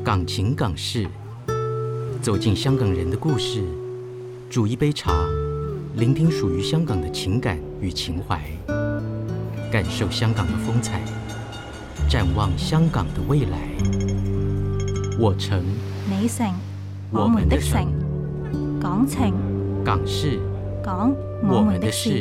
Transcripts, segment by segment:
港情港事，走进香港人的故事，煮一杯茶，聆听属于香港的情感与情怀，感受香港的风采，展望香港的未来。我城、 你城、 我們的城， 港情、 港事、 講我我們的們的事事。。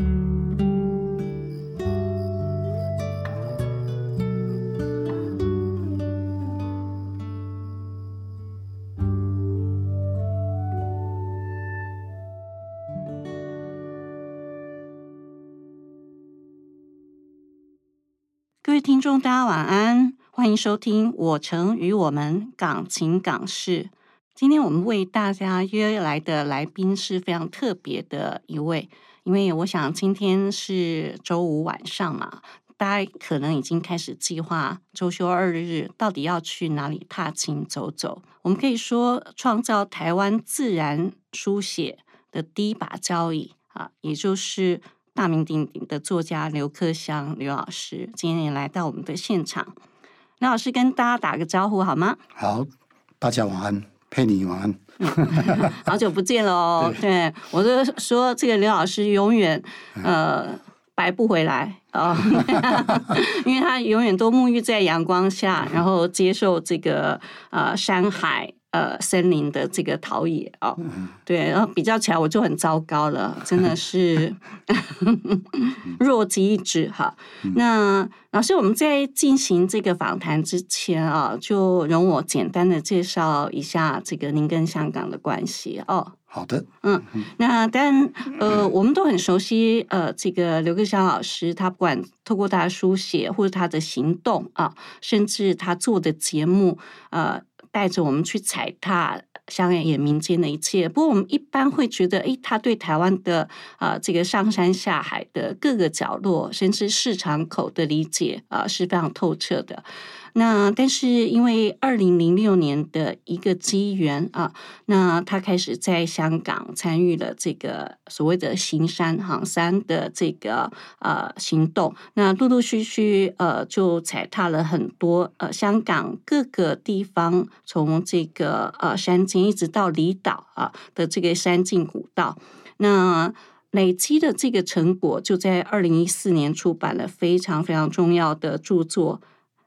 各位听众，大家晚安，欢迎收听《我城与我们港情港事》。今天我们为大家约来的来宾是非常特别的一位，因为我想今天是周五晚上嘛，大家可能已经开始计划周休2日到底要去哪里踏青走走。我们可以说，创造台湾自然书写的第一把交椅啊，也就是大名鼎鼎的作家刘克襄刘老师，今天也来到我们的现场。刘老师跟大家打个招呼好吗？ 好，大家晚安，佩妮晚安。 好久不见了哦。对，我就说这个刘老师永远白不回来哦，因为他永远都沐浴在阳光下，然后接受这个山海森林的这个陶冶哦。对，然后比较起来我就很糟糕了，真的是弱极一指哈。那老师，我们在进行这个访谈之前啊，就容我简单的介绍一下这个您跟香港的关系哦。 好的， 那当然，我们都很熟悉，这个刘克襄老师，他不管透过他的书写，或者他的行动啊，甚至他做的节目，带着我们去踩踏香港民间的一切。不过，我们一般会觉得，他对台湾的这个上山下海的各个角落，甚至市场口的理解是非常透彻的。那但是因为2006年的一个机缘啊，那他开始在香港参与了这个所谓的行山行山的这个行动，那陆陆续续就踩踏了很多香港各个地方，从这个山间一直到离岛的这个山径古道，那累积的这个成果就在2014年出版了非常非常重要的著作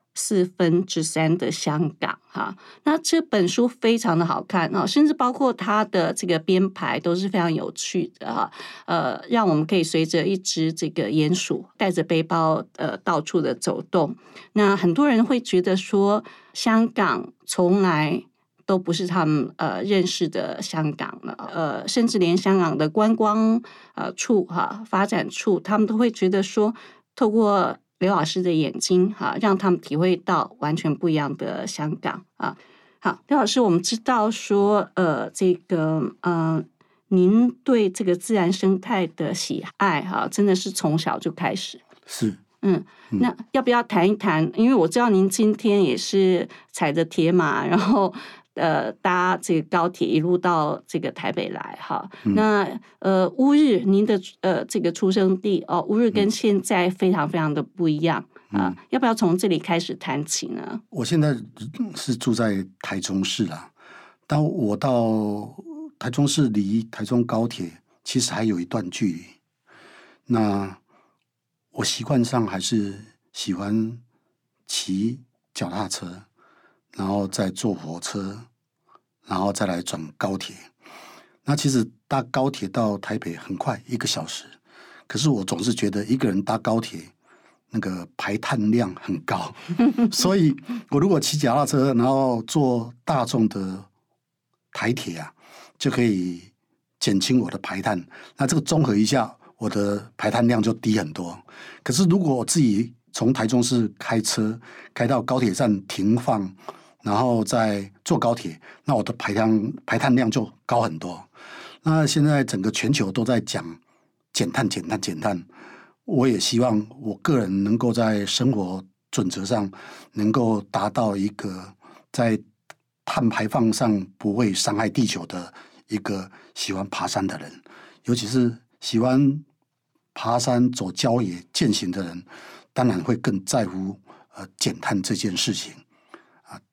3/4的香港哈。那这本书非常的好看啊，甚至包括它的这个编排都是非常有趣的哈。让我们可以随着一只这个鼹鼠带着背包到处的走动。那很多人会觉得说，香港从来都不是他们认识的香港了，甚至连香港的观光处发展处，他们都会觉得说，透过刘老师的眼睛让他们体会到完全不一样的香港啊。好，刘老师，我们知道说这个您对这个自然生态的喜爱真的是从小就开始。 是， 那要不要谈一谈？因为我知道您今天也是踩着铁马，然后搭这个高铁一路到这个台北来哈。那乌日，您的这个出生地哦，乌日跟现在非常非常的不一样啊。要不要从这里开始谈起呢？ 我现在是住在台中市啦，但我到台中市离台中高铁其实还有一段距离。那我习惯上还是喜欢骑脚踏车，然后再坐火车，然后再来转高铁。那其实搭高铁到台北很快，1个小时。可是我总是觉得一个人搭高铁那个排碳量很高，所以我如果骑脚踏车，然后坐大众的台铁啊，就可以减轻我的排碳。那这个综合一下，我的排碳量就低很多。可是如果我自己从台中市开车开到高铁站停放，然后再坐高铁，那我的排碳量就高很多。那现在整个全球都在讲减碳，我也希望我个人能够在生活准则上能够达到一个在碳排放上不会伤害地球的一个喜欢爬山的人，尤其是喜欢爬山走郊野健行的人，当然会更在乎减碳这件事情。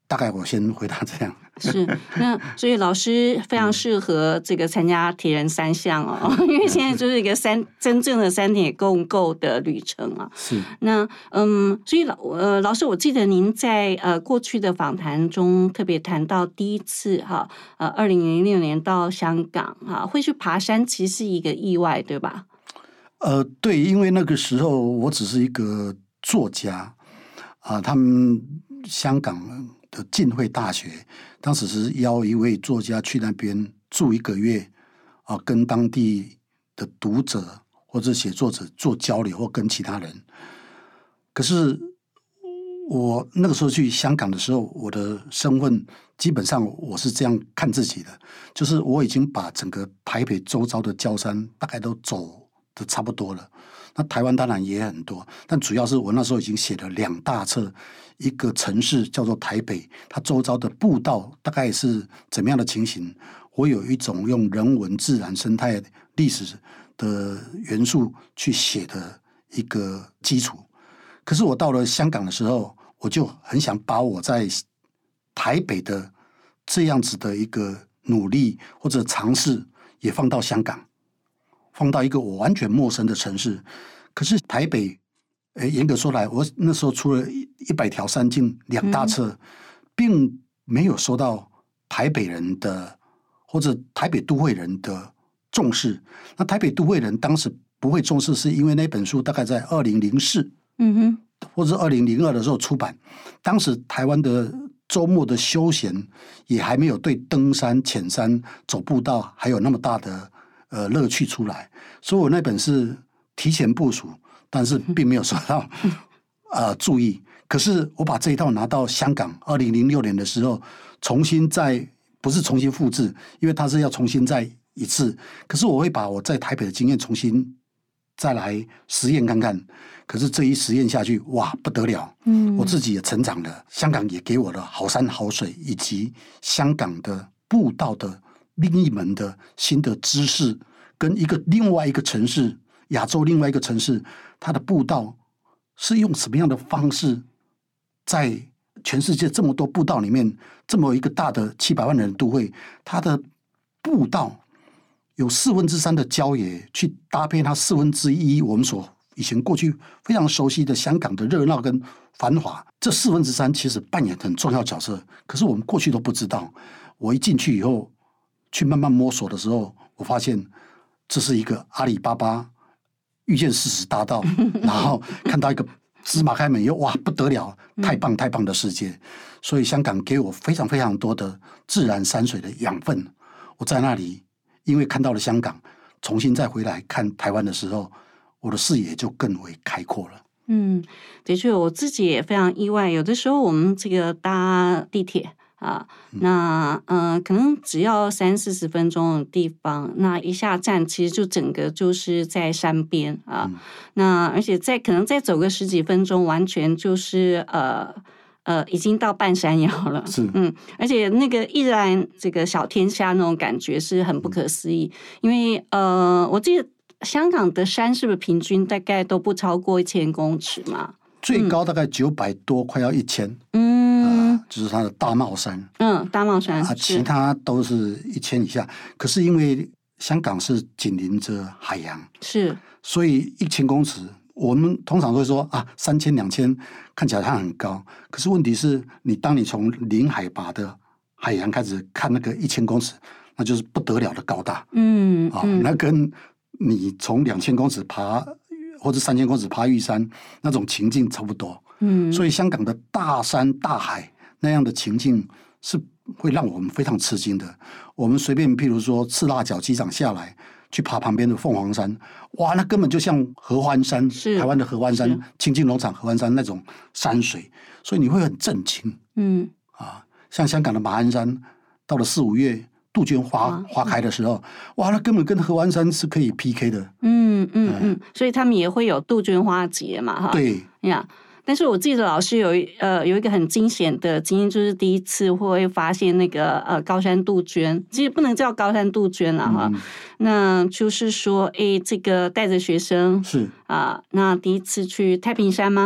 大概我先回答这样。 是，那所以老师非常适合这个参加铁人3项哦，因为现在就是一个真正的3铁共构的旅程啊。 是， 那所以老师，我记得您在过去的访谈中特别谈到第一次哈，2006年到香港哈，会去爬山，其实是一个意外，对吧？ 对，因为那个时候我只是一个作家啊，他们香港的浸会大学当时是邀一位作家去那边住1个月啊，跟当地的读者或者写作者做交流，或跟其他人。可是我那个时候去香港的时候，我的身份基本上我是这样看自己的，就是我已经把整个台北周遭的郊山大概都走的差不多了。那台湾当然也很多，但主要是我那时候已经写了2大册，一个城市叫做台北，它周遭的步道大概是怎么样的情形，我有一种用人文、自然、生态、历史的元素去写的一个基础。可是我到了香港的时候，我就很想把我在台北的这样子的一个努力或者尝试也放到香港，放到一个我完全陌生的城市。可是台北严格说来，我那时候出了100条山径2大册，并没有受到台北人的或者台北都会人的重视。那台北都会人当时不会重视，是因为那本书大概在2004或者2002的时候出版，当时台湾的周末的休闲也还没有对登山、潜山、走步道还有那么大的乐趣出来，所以我那本是提前部署，但是并没有受到注意。可是我把这一套拿到香港2006年的时候，不是重新复制，因为它是要重新再一次。可是我会把我在台北的经验重新再来实验看看。可是这一实验下去，哇，不得了！我自己也成长了，香港也给我了好山好水，以及香港的步道的另一门的新的知识，跟另外一个城市，亚洲另外一个城市，它的步道是用什么样的方式，在全世界这么多步道里面，这么一个大的700万人的都会，它的步道有3/4的郊野，去搭配它1/4我们所以前过去非常熟悉的香港的热闹跟繁华，这3/4其实扮演很重要角色，可是我们过去都不知道。我一进去以后，去慢慢摸索的时候，我发现这是一个阿里巴巴遇见40大盗，然后看到一个芝麻开门以后，哇，不得了，太棒太棒的世界。所以香港给我非常非常多的自然山水的养分。我在那里，因为看到了香港，重新再回来看台湾的时候，我的视野就更为开阔了。 的确，我自己也非常意外。有的时候我们这个搭地铁啊，那可能只要30-40分钟的地方，那一下站其实就整个就是在山边啊。那而且可能再走个10几分钟，完全就是已经到半山腰了。而且那个依然这个小天下那种感觉是很不可思议。因为我记得香港的山是不是平均大概都不超过1000公尺嘛？ 最高大概900多，快要1000。就是它的大帽山。 大帽山其他都是1000以下。可是因为香港是紧邻着海洋， 是， 所以1000公尺，我们通常会说3000、2000看起来它很高，可是问题是当你从零海拔的海洋开始看那个1000公尺，那就是不得了的高大。那跟你从2000公尺爬或者3000公尺爬玉山那种情境差不多。所以香港的大山大海那样的情境是会让我们非常吃惊的。我们随便譬如说赤辣角机场下来去爬旁边的凤凰山，哇，那根本就像合欢山，台湾的合欢山、清境农场合欢山那种山水，所以你会很震惊。像香港的马鞍山，到了4、5月杜鹃花开的时候，哇，那根本跟合欢山是可以 PK 的。 所以他们也会有杜鹃花节嘛，哈。 对呀。但是我记得老师有一个很惊险的经验，就是第一次会发现那个高山杜鹃，其实不能叫高山杜鹃了哈。那就是说，这个带着学生是那第一次去太平山吗？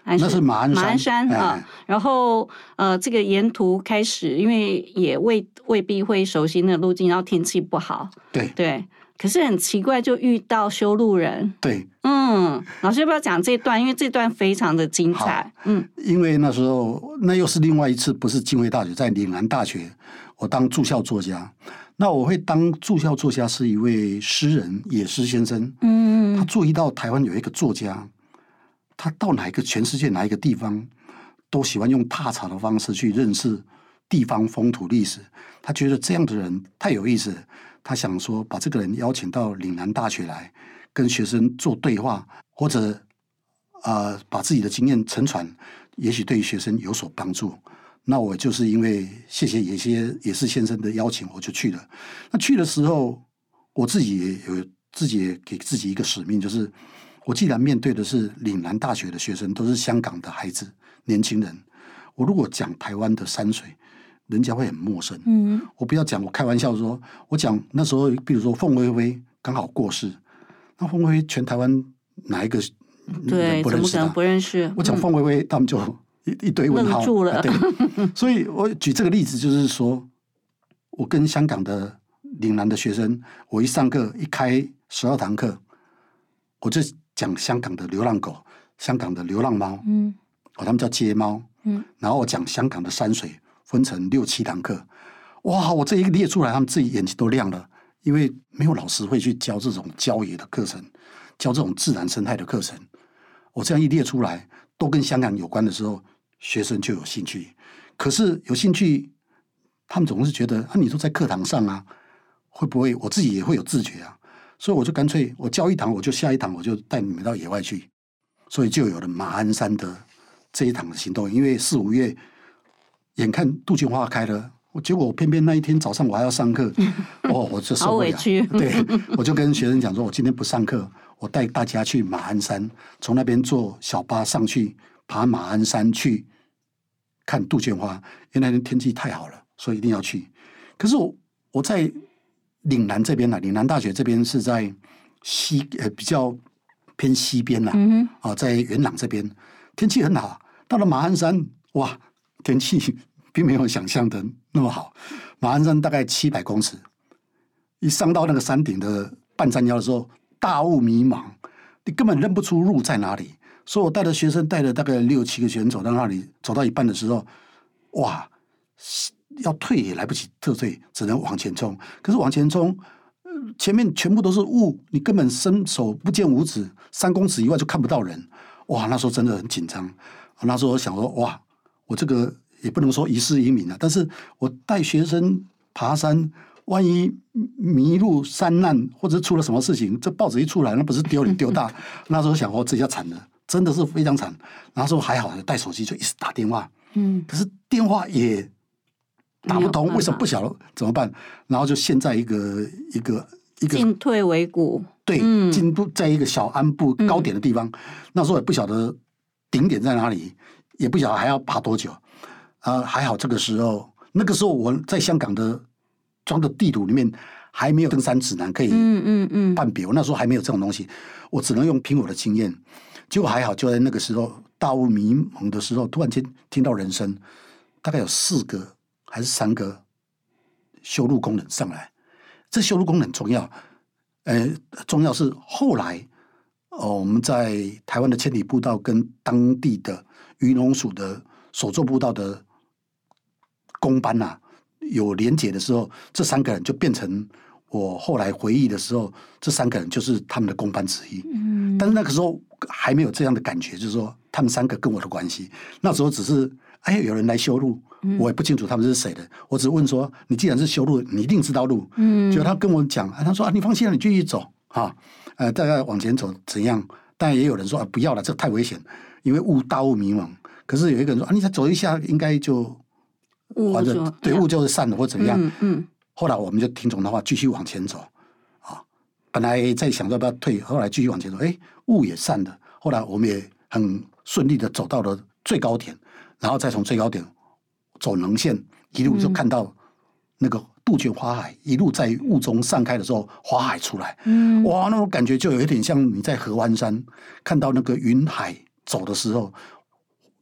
那是马鞍山啊。然后这个沿途开始，因为也未必会熟悉那个路径，然后天气不好，对。可是很奇怪，就遇到修路人。 对， 老师要不要讲这段？因为这段非常的精彩。 因为那时候那又是另外一次，不是浸会大学，在岭南大学，我当驻校作家。那我会当驻校作家是一位诗人野诗先生。他注意到台湾有一个作家，他到全世界哪一个地方，都喜欢用踏查的方式去认识地方风土历史。他觉得这样的人太有意思了。他想说把这个人邀请到岭南大学来跟学生做对话，或者把自己的经验承传，也许对学生有所帮助。那我就是因为谢谢野士先生的邀请，我就去了。那去的时候，我自己也给自己一个使命，就是我既然面对的是岭南大学的学生，都是香港的孩子年轻人，我如果讲台湾的山水，人家会很陌生。我不要讲，我开玩笑说，我讲那时候，比如说凤飞飞刚好过世，那凤飞飞全台湾哪一个人不认识他？ 怎么可能不认识？ 我讲凤飞飞，他们就一堆问号。 愣住了。 对，所以我举这个例子，就是说，我跟香港的岭南的学生，我一上课一开12堂课，我就讲香港的流浪狗、香港的流浪猫，他们叫街猫，然后我讲香港的山水。分成6、7堂课，哇！我这一个列出来，他们自己眼睛都亮了，因为没有老师会去教这种郊野的课程，教这种自然生态的课程。我这样一列出来，都跟香港有关的时候，学生就有兴趣。可是有兴趣，他们总是觉得你都在课堂上啊，会不会？我自己也会有自觉啊，所以我就干脆我教一堂，我就下一堂我就带你们到野外去，所以就有了马鞍山的这一堂的行动。因为4、5月。眼看杜鹃花开了，结果我偏偏那一天早上我还要上课，我就受不了。 好委屈。 对，我就跟学生讲说，我今天不上课，我带大家去马鞍山，从那边坐小巴上去爬马鞍山去看杜鹃花。因为那天天气太好了，所以一定要去。可是我在岭南这边岭南大学这边是在比较偏西边在元朗这边，天气很好。到了马鞍山，哇，天气并没有想象的那么好。马鞍山大概700公尺，一上到那个山顶的半山腰的时候，大雾迷茫，你根本认不出路在哪里。所以我带着学生，带了大概6、7个学生走到那里，走到一半的时候，哇，要退也来不及退，只能往前冲。可是往前冲，前面全部都是雾，你根本伸手不见五指，3公尺以外就看不到人。哇，那时候真的很紧张。那时候我想说，哇，我这个也不能说一世英名啊，但是我带学生爬山，万一迷路山难或者出了什么事情，这报纸一出来，那不是丢脸丢大。那时候想，这下惨了，真的是非常惨。然后说还好，带手机就一直打电话，可是电话也打不通，为什么不晓得怎么办？然后就陷在一个进退维谷， 对，进步在一个小安部高点的地方。那时候也不晓得顶点在哪里，也不晓得还要爬多久。还好那个时候我在香港的装的地图里面还没有登山指南可以判别，我那时候还没有这种东西，我只能用凭我的经验。结果还好，就在那个时候大雾迷蒙的时候，突然间听到人声，大概有4个还是3个修路工人上来。这修路工人很重要，重要是后来我们在台湾的千里步道跟当地的渔农署的手作步道的工班有连结的时候，这3个人就变成我后来回忆的时候，这3个人就是他们的工班之一。但是那个时候还没有这样的感觉，就是说他们3个跟我的关系。那时候只是有人来修路，我也不清楚他们是谁的，我只问说你既然是修路，你一定知道路。结果他跟我讲，他说你放心了，你继续走大概往前走怎样？但也有人说不要了，这太危险，因为大雾迷茫。可是有一个人说你再走一下，应该就雾就散了或怎样。后来我们就听从的话，继续往前走本来在想要不要退，后来继续往前走，雾也散了。后来我们也很顺利的走到了最高点，然后再从最高点走能线，一路就看到那个杜鹃花海，一路在雾中散开的时候，花海出来。哇，那种感觉就有一点像你在合欢山看到那个云海走的时候，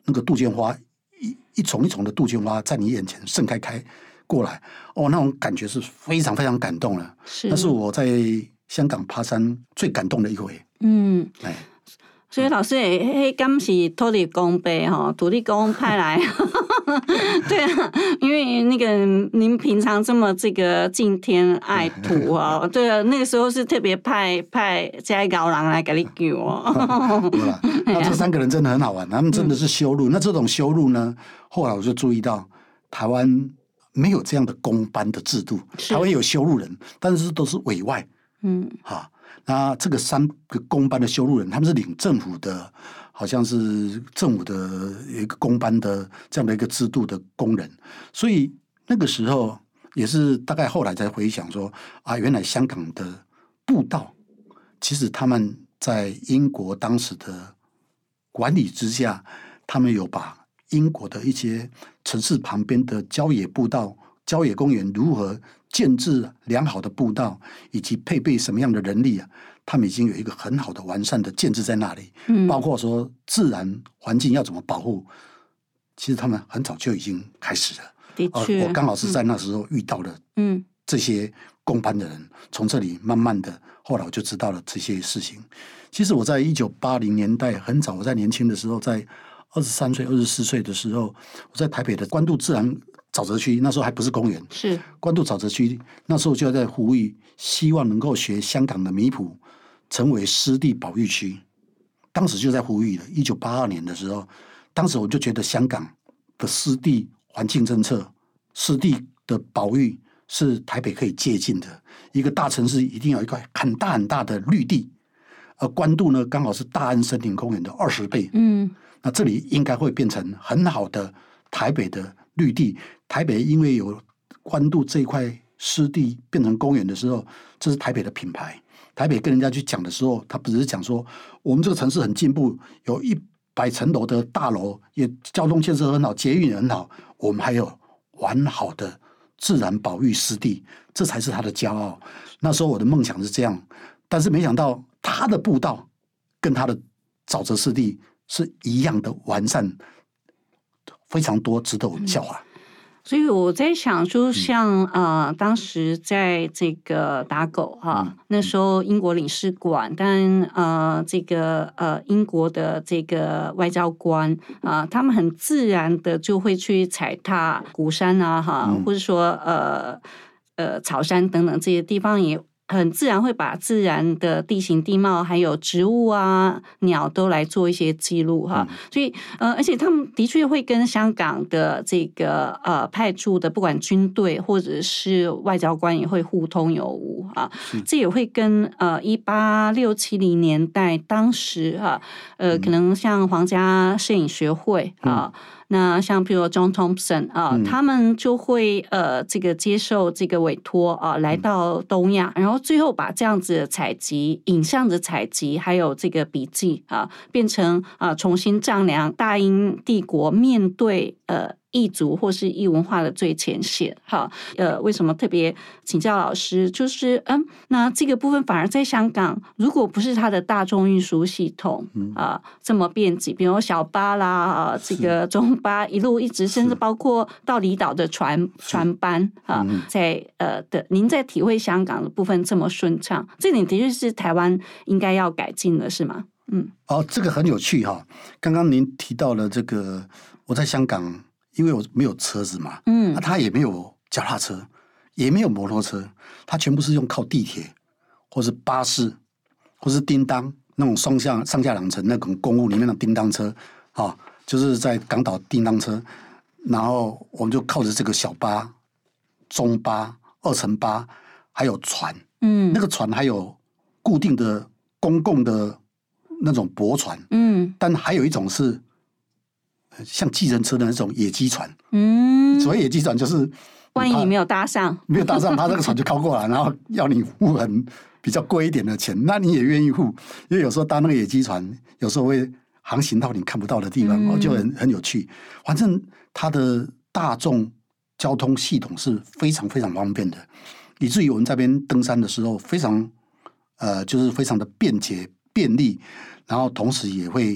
那个杜鹃花一丛一丛的杜鹃花在你眼前盛开过来，那种感觉是非常非常感动的。那是我在香港爬山最感动的一回。 所以老师，迄敢是土地公伯吼，土地公派来，对啊，因为那个您平常这么这个敬天爱土哦，对啊，那个时候是特别派这高人来给你救哦。 对啦，那这3个人真的很好玩，他们真的是修路。那这种修路呢，后来我就注意到台湾没有这样的公班的制度，台湾有修路人，但是都是委外。那这个3个公班的修路人，他们是领政府的，好像是政府的一个公班的这样的一个制度的工人，所以那个时候也是大概后来才回想说原来香港的步道，其实他们在英国当时的管理之下，他们有把英国的一些城市旁边的郊野步道、郊野公园如何建制良好的步道，以及配备什么样的人力他们已经有一个很好的完善的建制在那里。包括说自然环境要怎么保护，其实他们很早就已经开始了。 的确， 我刚好是在那时候遇到了这些公班的人，从这里慢慢的，后来我就知道了这些事情。其实我在1980年代很早，我在年轻的时候，在23岁、24岁的时候，我在台北的关渡自然沼泽区，那时候还不是公园， 是关渡沼泽区，那时候就在呼吁，希望能够学香港的米埔，成为湿地保育区。当时就在呼吁了。1982年的时候，当时我就觉得香港的湿地环境政策、湿地的保育是台北可以借鉴的。一个大城市一定要有一块很大很大的绿地，而关渡呢，刚好是大安森林公园的20倍。那这里应该会变成很好的台北的绿地。台北因为有关渡这一块湿地变成公园的时候，这是台北的品牌。台北跟人家去讲的时候，他不只是讲说我们这个城市很进步，有100层楼的大楼，也交通建设很好，捷运也很好，我们还有完好的自然保育湿地，这才是他的骄傲。那时候我的梦想是这样，但是没想到他的步道跟他的沼泽湿地是一样的完善，非常多值得我们效法。 所以我在想，就像当时在这个打狗那时候英国领事馆，但这个英国的这个外交官他们很自然的就会去踩踏鼓山或者说草山等等这些地方，也很自然会把自然的地形地貌还有植物鸟都来做一些记录所以而且他们的确会跟香港的这个派驻的不管军队或者是外交官也会互通有无这也会跟1860、70年代当时可能像皇家摄影学会那像比如 John Thompson 他们就会这个接受这个委托来到东亚，然后最后把这样子的采集、影像的采集还有这个笔记变成重新丈量大英帝国面对异族或是异文化的最前线为什么特别请教老师？就是那这个部分反而在香港，如果不是它的大众运输系统这么便捷，比如小巴啦这个中巴一路一直，甚至包括到离岛的船班在您在体会香港的部分这么顺畅，这点的确是台湾应该要改进的，是吗？ 这个很有趣刚刚您提到了这个，我在香港，因为我没有车子嘛，他也没有脚踏车，也没有摩托车，他全部是用靠地铁，或是巴士，或是叮当那种上下两层那种公务里面的叮当车就是在港岛叮当车，然后我们就靠着这个小巴、中巴、2层巴，还有船，那个船还有固定的公共的那种驳船，但还有一种是像计程车的那种野鸡船，所谓野鸡船就是万一你没有搭上， 他这个船就靠过来，然后要你付很比较贵一点的钱，那你也愿意付，因为有时候搭那个野鸡船，有时候会航行到你看不到的地方，就很有趣。反正它的大众交通系统是非常非常方便的，以至于我们这边登山的时候非常就是非常的便捷便利，然后同时也会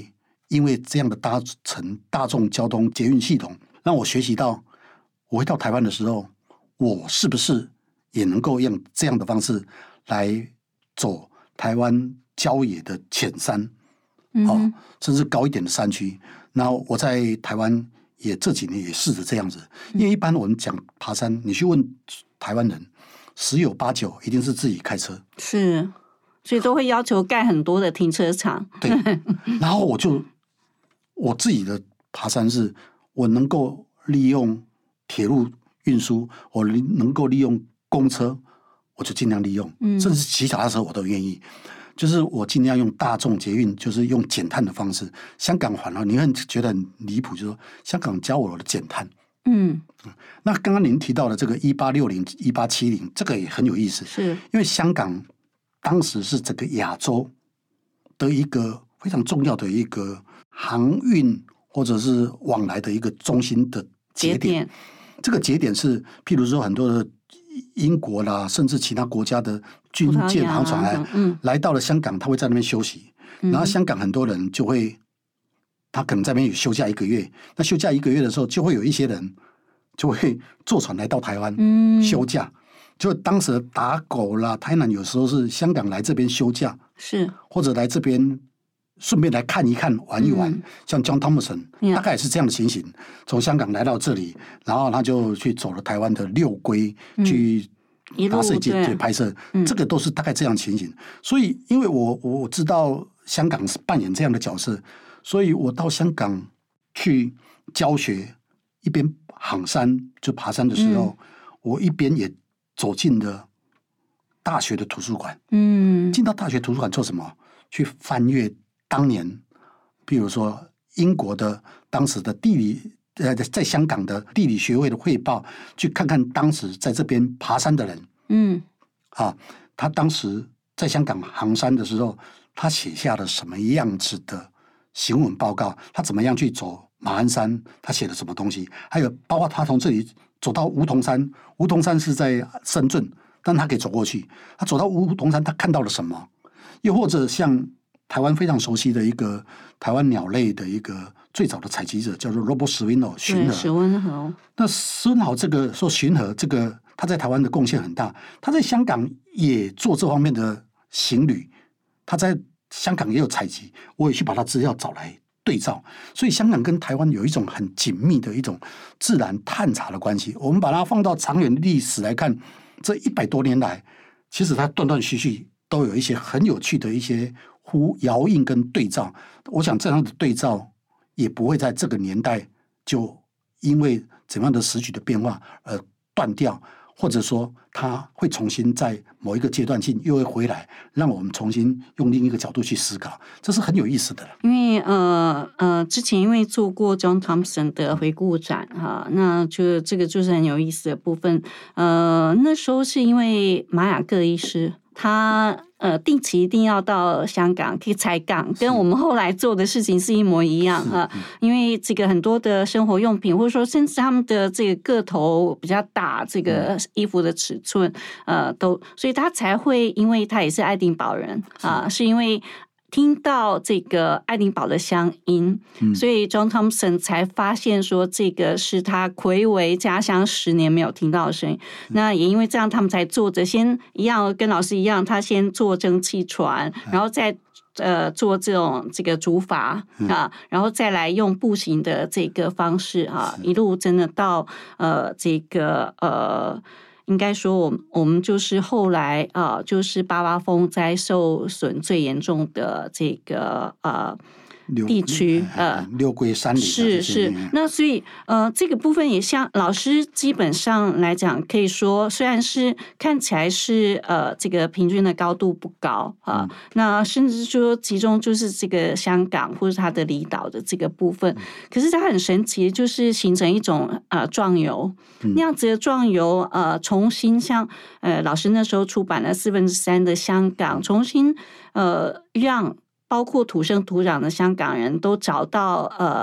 因为这样的大众交通捷运系统，让我学习到，我回到台湾的时候，我是不是也能够用这样的方式来走台湾郊野的浅山，甚至高一点的山区。那我在台湾也这几年也试着这样子，因为一般我们讲爬山，你去问台湾人，10有89一定是自己开车， 是，所以都会要求盖很多的停车场。 对，然后我自己的爬山是，我能够利用铁路运输，我能够利用公车，我就尽量利用，甚至骑脚踏车我都愿意。就是我尽量用大众捷运，就是用减碳的方式。香港反而你会觉得很离谱，就是说香港教我的减碳。那刚刚您提到的这个1860、1870，这个也很有意思， 是因为香港当时是整个亚洲的一个非常重要的一个航运或者是往来的一个中心的节点。这个节点是，譬如说很多的英国啦，甚至其他国家的军舰航船来到了香港，他会在那边休息。然后香港很多人就会，他可能在那边有休假1个月。那休假1个月的时候，就会有一些人就会坐船来到台湾休假。就当时的打狗啦、台南有时候是香港来这边休假， 是或者来这边顺便来看一看、玩一玩。像 John Thompson 大概也是这样的情形，从香港来到这里，然后他就去走了台湾的六龟，去拿摄影机去拍摄，这个都是大概这样的情形。所以，因为我知道香港是扮演这样的角色，所以我到香港去教学，一边行山就爬山的时候，我一边也走进了大学的图书馆。进到大学图书馆做什么？去翻阅当年，比如说英国的当时的地理，在香港的地理学会的汇报，去看看当时在这边爬山的人，他当时在香港行山的时候，他写下了什么样子的行文报告？他怎么样去走马鞍山？他写了什么东西？还有包括他从这里走到梧桐山，梧桐山是在深圳，但他可以走过去。他走到梧桐山，他看到了什么？又或者像台湾非常熟悉的一个台湾鸟类的一个最早的采集者，叫做 Robert Swinhoe 荀禾。 史温和。 那孙豪这个说荀禾这个他在台湾的贡献很大，他在香港也做这方面的行旅，他在香港也有采集，我也去把他资料找来对照，所以香港跟台湾有一种很紧密的一种自然探查的关系。我们把它放到长远历史来看，这100多年来，其实它断断续续都有一些很有趣的一些遥印跟对照。我想这样的对照也不会在这个年代就因为怎样的时局的变化而断掉，或者说它会重新在某一个阶段性又会回来，让我们重新用另一个角度去思考，这是很有意思的。 因为之前因为做过 John Thompson 的回顾展那就这个就是很有意思的部分。那时候是因为马雅各医师他定期一定要到香港去采港，跟我们后来做的事情是一模一样因为这个很多的生活用品，或者说甚至他们的这个个头比较大，这个衣服的尺寸所以他才会，因为他也是爱丁堡人是因为听到这个爱丁堡的乡音，所以 John Thompson 才发现说这个是他睽违家乡10年没有听到的声音。那也因为这样，他们才做着先一样跟老师一样，他先做蒸汽船，然后再做这个竹筏然后再来用步行的这个方式一路真的到这个应该说我们就是后来就是888风灾受损最严重的这个地区六龟山里是那所以这个部分也像老师基本上来讲，可以说虽然是看起来是这个平均的高度不高那甚至说其中就是这个香港或者它的离岛的这个部分，可是它很神奇，就是形成一种壮游那样子的壮游重新像老师那时候出版了3/4的香港，重新让包括土生土长的香港人都找到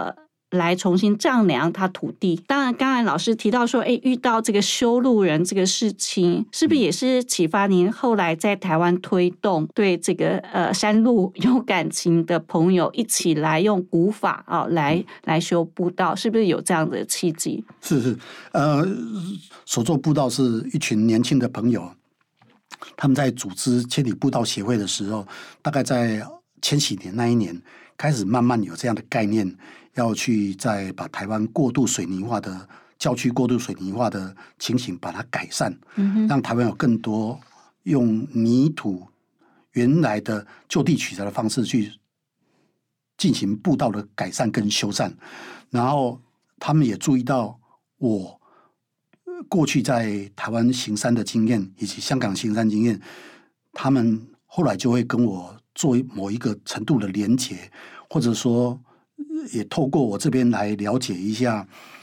来重新丈量他土地。当然刚才老师提到说遇到这个修路人这个事情，是不是也是启发您后来在台湾推动对这个山路有感情的朋友一起来用古法来修步道，是不是有这样的契机？ 是手作步道是一群年轻的朋友，他们在组织千里步道协会的时候，大概在千禧年那一年开始慢慢有这样的概念，要去再把台湾过度水泥化的郊区过度水泥化的情形把它改善，让台湾有更多用泥土原来的就地取材的方式去进行步道的改善跟修缮。然后他们也注意到我过去在台湾行山的经验以及香港行山经验，他们后来就会跟我做某一个程度的连结，或者说也透过我这边来了解一下，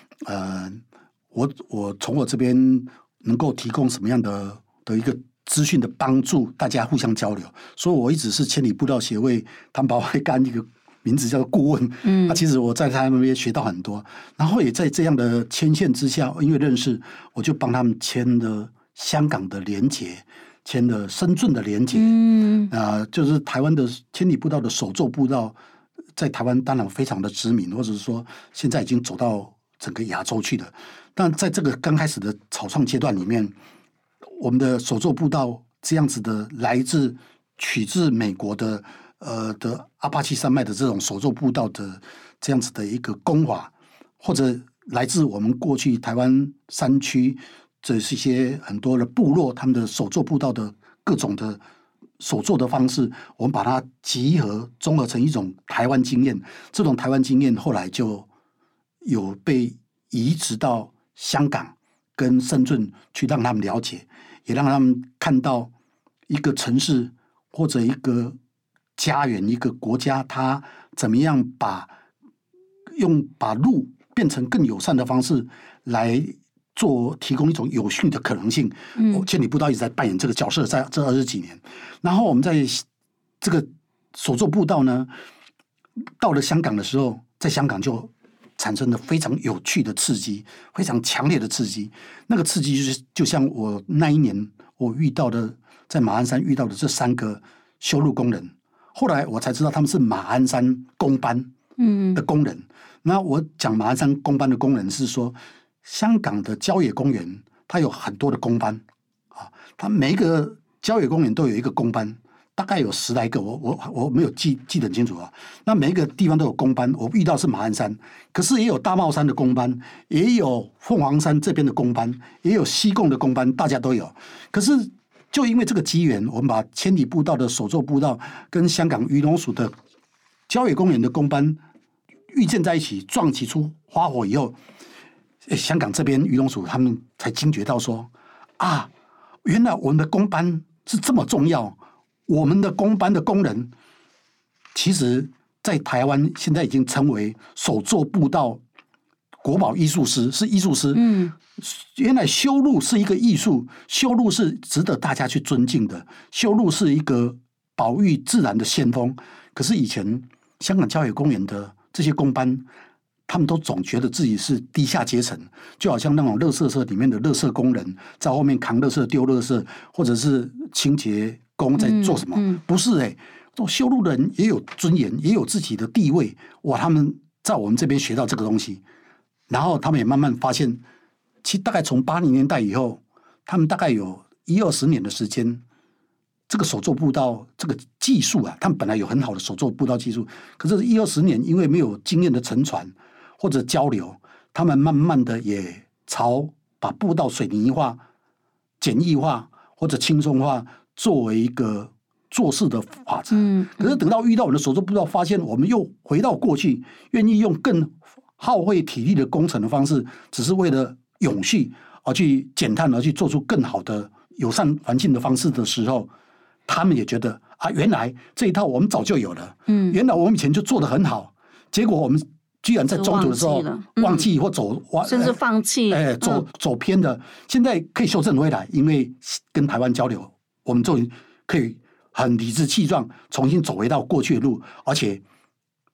我从我这边能够提供什么样的一个资讯的帮助，大家互相交流。所以我一直是千里步道协会，他们把我干一个名字叫做顾问。那其实我在他们那边学到很多，然后也在这样的牵线之下，因为认识，我就帮他们签了香港的连结，签了深圳的连结。就是台湾的千里步道的手作步道，在台湾当然非常的知名，或者是说现在已经走到整个亚洲去了。但在这个刚开始的草创阶段里面，我们的手作步道这样子的取自美国的阿帕契山脉的这种手作步道的这样子的一个工法，或者来自我们过去台湾山区这是一些很多的部落，他们的手作步道的各种的手作的方式，我们把它综合成一种台湾经验。这种台湾经验后来就有被移植到香港跟深圳去，让他们了解，也让他们看到一个城市或者一个家园、一个国家，它怎么样把路变成更友善的方式来提供一种有序的可能性。千里步道一直在扮演这个角色，在这20几年。然后我们在这个手作步道呢，到了香港的时候，在香港就产生了非常有趣的刺激，非常强烈的刺激。那个刺激就像我那一年我遇到的，在马鞍山遇到的这3个修路工人，后来我才知道他们是马鞍山工班的工人。那我讲马鞍山工班的工人是说，香港的郊野公园它有很多的工班啊，它每一个郊野公园都有一个工班，大概有10来个，我没有记得很清楚啊。那每一个地方都有工班，我遇到是马鞍山，可是也有大帽山的工班，也有凤凰山这边的工班，也有西贡的工班，大家都有。可是就因为这个机缘，我们把千里步道的手作步道跟香港渔农署的郊野公园的工班遇见在一起，撞击出花火以后，香港这边渔农署他们才惊觉到说，原来我们的工班是这么重要。我们的工班的工人，其实在台湾现在已经称为手作步道国宝艺术师，是艺术师。原来修路是一个艺术，修路是值得大家去尊敬的，修路是一个保育自然的先锋。可是以前香港郊野公园的这些工班，他们都总觉得自己是低下阶层，就好像那种垃圾车里面的垃圾工人在后面扛垃圾丢垃圾，或者是清洁工在做什么。不是做修路的人也有尊严，也有自己的地位。哇，他们在我们这边学到这个东西，然后他们也慢慢发现，其实大概从80年代以后，他们大概有10-20年的时间，这个手作步道这个技术啊，他们本来有很好的手作步道技术，可是10-20年因为没有经验的承传或者交流，他们慢慢的也朝把步道水泥化、简易化或者轻松化作为一个做事的法则。可是等到遇到我们的手作步道，发现我们又回到过去，愿意用更耗费体力的工程的方式，只是为了永续而去减碳，而去做出更好的友善环境的方式的时候，他们也觉得原来这一套我们早就有了。原来我们以前就做得很好，结果我们居然在中途的时候忘记或甚至放弃， 走偏的，现在可以修正回来，因为跟台湾交流，我们终于可以很理直气壮重新走回到过去的路，而且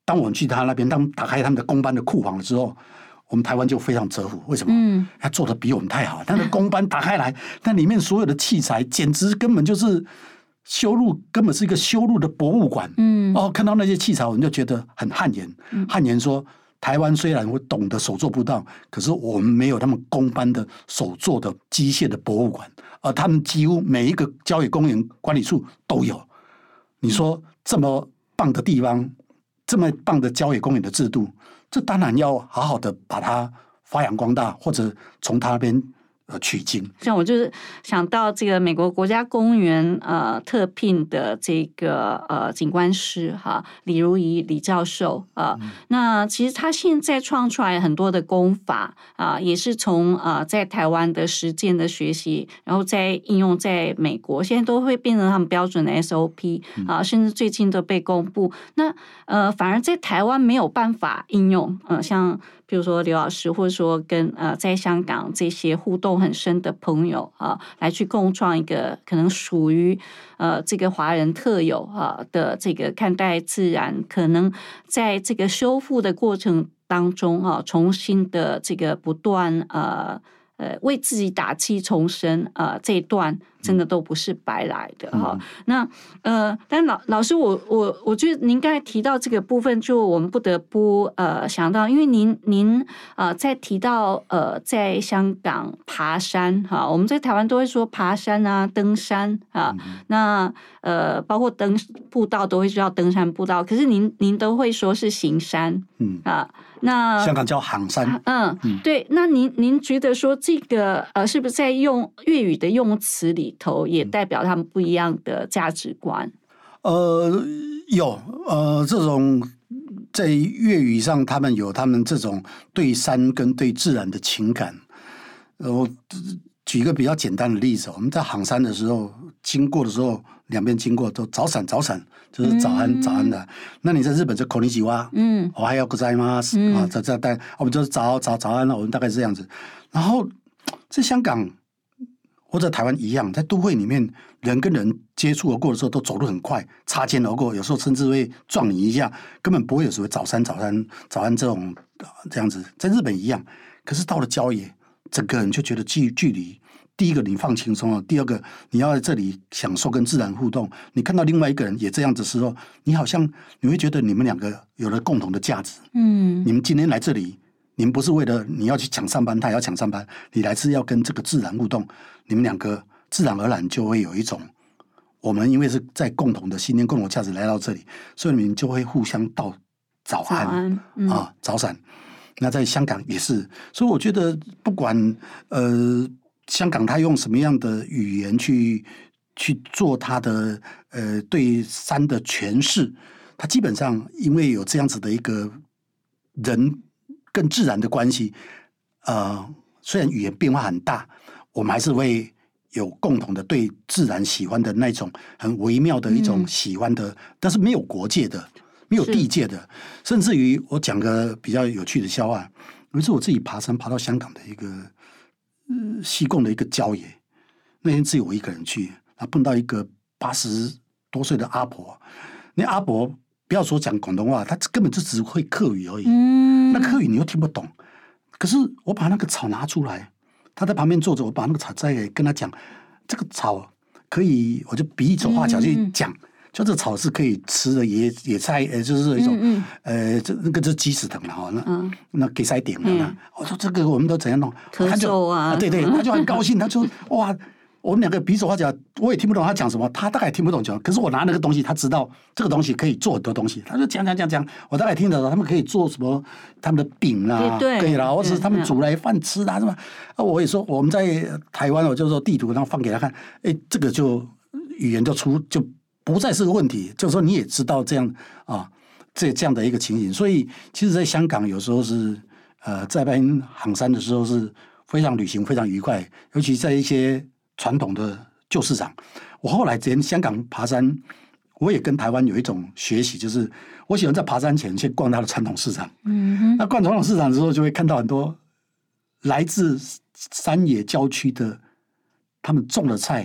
当我们去他那边，当打开他们的公班的库房的时候，我们台湾就非常折服。为什么？他做的比我们太好。他的公班打开来，那里面所有的器材，简直根本就是修路，根本是一个修路的博物馆。看到那些器材，我们就觉得很汗颜。汗颜说，台湾虽然会懂得手做步道，可是我们没有他们公班的手做的机械的博物馆。他们几乎每一个郊野公园管理处都有。你说这么棒的地方，这么棒的郊野公园的制度，这当然要好好的把它发扬光大，或者从他那边取经。 像我就是想到这个美国国家公园特聘的这个景观师哈李如仪李教授那其实他现在创出来很多的功法也是从在台湾的实践的学习，然后再应用在美国，现在都会变成他们标准的 SOP 甚至最近都被公布。那反而在台湾没有办法应用像比如说刘老师，或者说跟在香港这些互动很深的朋友来去共创一个可能属于这个华人特有的这个看待自然，可能在这个修复的过程当中重新的这个不断为自己打气重生这一段真的都不是白来的那但老师我觉得您刚才提到这个部分，就我们不得不想到，因为您在提到在香港爬山我们在台湾都会说爬山登山那包括登步道都会叫登山步道，可是您都会说是行山那香港叫行山对，那您觉得说这个是不是在用粤语的用词里头也代表他们不一样的价值观？ 有这种在粤语上，他们有他们这种对山跟对自然的情感。我举一个比较简单的例子，我们在行山的时候，经过的时候，两边经过都早闪，就是早安早安的。那你在日本就こんにちは，我还要ございます我们就是早安了，我们大概是这样子。然后在香港或者台湾一样，在都会里面，人跟人接触而过的时候，都走路很快，擦肩而过，有时候甚至会撞你一下，根本不会有所谓早安这种这样子。在日本一样，可是到了郊野，整个人就觉得距离。第一个你放轻松了，第二个你要在这里享受跟自然互动。你看到另外一个人也这样子的时候，你好像你会觉得你们两个有了共同的价值。你们今天来这里，你们不是为了你要去抢上班，他也要抢上班，你来是要跟这个自然互动，你们两个自然而然就会有一种，我们因为是在共同的信念、共同的价值来到这里，所以你们就会互相道早安早闪。那在香港也是，所以我觉得不管香港他用什么样的语言去做他的对山的诠释，他基本上因为有这样子的一个人跟自然的关系，虽然语言变化很大，我们还是会有共同的对自然喜欢的那种很微妙的一种喜欢的，但是没有国界的，没有地界的，甚至于我讲个比较有趣的笑话，有一次我自己爬山爬到香港的一个西贡的一个郊野，那天只有我一个人去，碰到一个80多岁的阿婆。那阿婆不要说讲广东话，她根本就只会客语而已。那客语你又听不懂。可是我把那个草拿出来，她在旁边坐着，我把那个草摘给跟她讲，这个草可以，我就比手画脚去讲。就这草是可以吃的野菜，就是一种那个就是鸡屎藤了那给塞点了。我说这个我们都怎样弄？ 咳嗽啊， 对，他就很高兴，他说哇，我们两个比手画脚，我也听不懂他讲什么，他大概也听不懂讲。可是我拿那个东西，他知道这个东西可以做很多东西，他就讲，我大概听得到他们可以做什么，他们的饼啦，对啦，或者是他们煮来饭吃啦，是吧？我也说我们在台湾，我就说地图，然后放给他看，这个就语言就不再是个问题，就是说你也知道这样这样的一个情形，所以其实在香港有时候是在办行山的时候是非常旅行非常愉快，尤其在一些传统的旧市场。我后来在香港爬山，我也跟台湾有一种学习，就是我喜欢在爬山前去逛它的传统市场。那逛传统市场的时候，就会看到很多来自山野郊区的他们种的菜。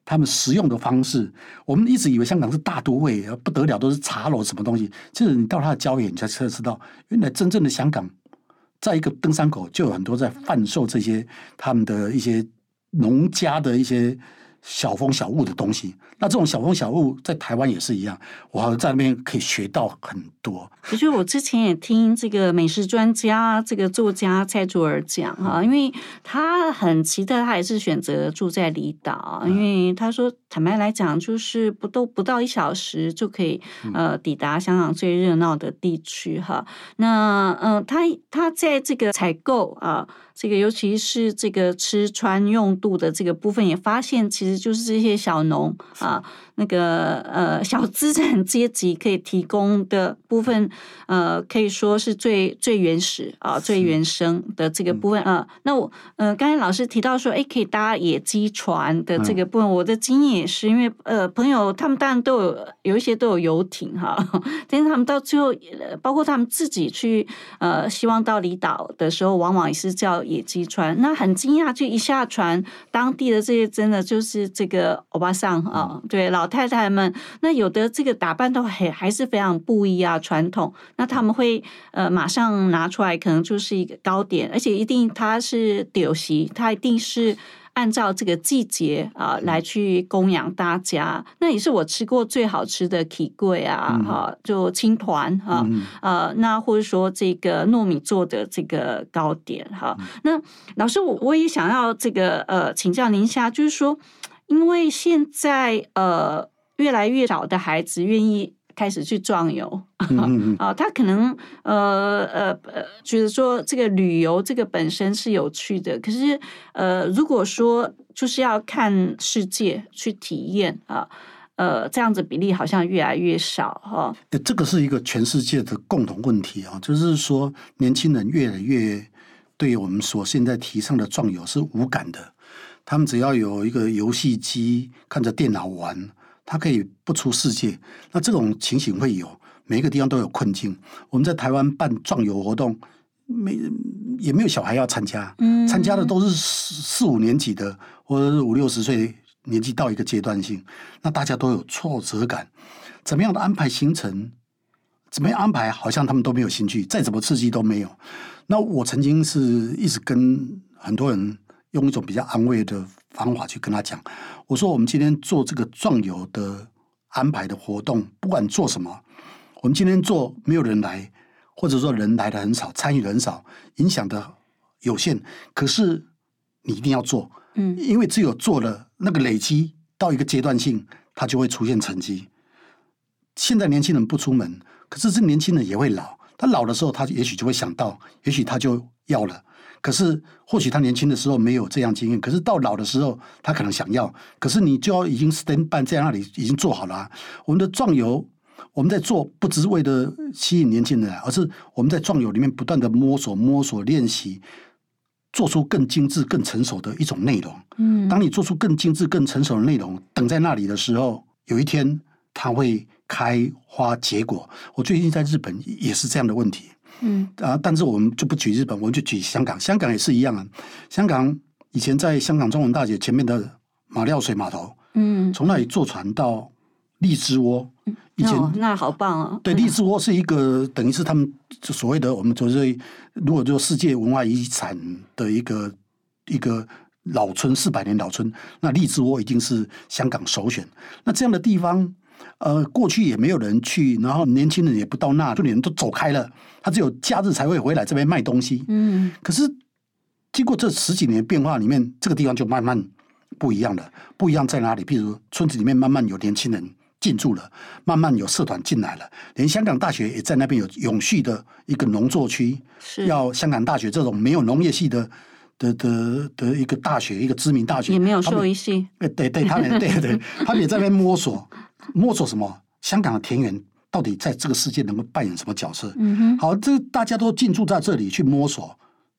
他们食用的方式。我们一直以为香港是大都会，不得了，都是茶楼什么东西。其实你到它的郊野，你才知道，原来真正的香港，在一个登山口就有很多在贩售这些他们的一些农家的一些小风小物的东西。那这种小风小物在台湾也是一样，我好像在那边可以学到很多。 其实我之前也听这个美食专家、这个作家蔡竹儿讲哈，因为他很奇特，他也是选择住在离岛，因为他说坦白来讲，就是不到1小时就可以抵达香港最热闹的地区哈。那他在这个采购啊，这个尤其是这个吃穿用度的这个部分，也发现其实就是这些小农啊，那个小资产阶级可以提供的部分，可以说是最原始啊、最原生的这个部分那我刚才老师提到说，可以搭野鸡船的这个部分，我的经验也是，因为朋友他们当然都有一些都有游艇哈，但是他们到最后，包括他们自己去希望到离岛的时候，往往也是叫野鸡船。那很惊讶，就一下船，当地的这些真的就是这个欧巴桑啊，对老太太们，那有的这个打扮都还是非常不一样传统。那他们会马上拿出来，可能就是一个糕点，而且一定它是丢席，它一定是按照这个季节来去供养大家。那也是我吃过最好吃的起粿就青团那或者说这个糯米做的这个糕点那老师我也想要这个请教您一下，就是说因为现在越来越少的孩子愿意开始去壮游他可能觉得说这个旅游这个本身是有趣的，可是如果说就是要看世界去体验这样子比例好像越来越少这个是一个全世界的共同问题就是说年轻人越来越对我们所现在提倡的壮游是无感的，他们只要有一个游戏机看着电脑玩，他可以不出世界。那这种情形会有，每一个地方都有困境。我们在台湾办壮游活动，也没有小孩要参加，参加的都是4、5年级的，或者是50、60岁年纪到一个阶段性，那大家都有挫折感。怎么样的安排行程，怎么样安排，好像他们都没有兴趣，再怎么刺激都没有。那我曾经是一直跟很多人用一种比较安慰的方法去跟他讲，我说我们今天做这个壮游的安排的活动，不管做什么，我们今天做没有人来，或者说人来的很少，参与的很少，影响的有限，可是你一定要做，因为只有做了那个累积到一个阶段性，它就会出现成绩。现在年轻人不出门，可是这年轻人也会老，他老的时候他也许就会想到，也许他就要了，可是或许他年轻的时候没有这样经验，可是到老的时候他可能想要，可是你就要已经 stand by 在那里已经做好了我们的壮游我们在做不只是为了吸引年轻人，而是我们在壮游里面不断的摸索练习，做出更精致更成熟的一种内容。当你做出更精致更成熟的内容等在那里的时候，有一天它会开花结果。我最近在日本也是这样的问题但是我们就不举日本，我们就举香港。香港也是一样香港以前在香港中文大学前面的马料水码头从那里坐船到荔枝窝以前那好棒对，荔枝窝是一个等于是他们所谓的我们就是如果说世界文化遗产的一个老村400年老村，那荔枝窝一定是香港首选。那这样的地方过去也没有人去，然后年轻人也不到那，就连人都走开了，他只有假日才会回来这边卖东西可是经过这10几年的变化里面，这个地方就慢慢不一样了。不一样在哪里？譬如村子里面慢慢有年轻人进驻了，慢慢有社团进来了，连香港大学也在那边有永续的一个农作区，要香港大学这种没有农业系的一个大学，一个知名大学也没有兽医系， 对他们对他们也在那边摸索什么香港的田园到底在这个世界能够扮演什么角色好，这大家都进驻在这里去摸索，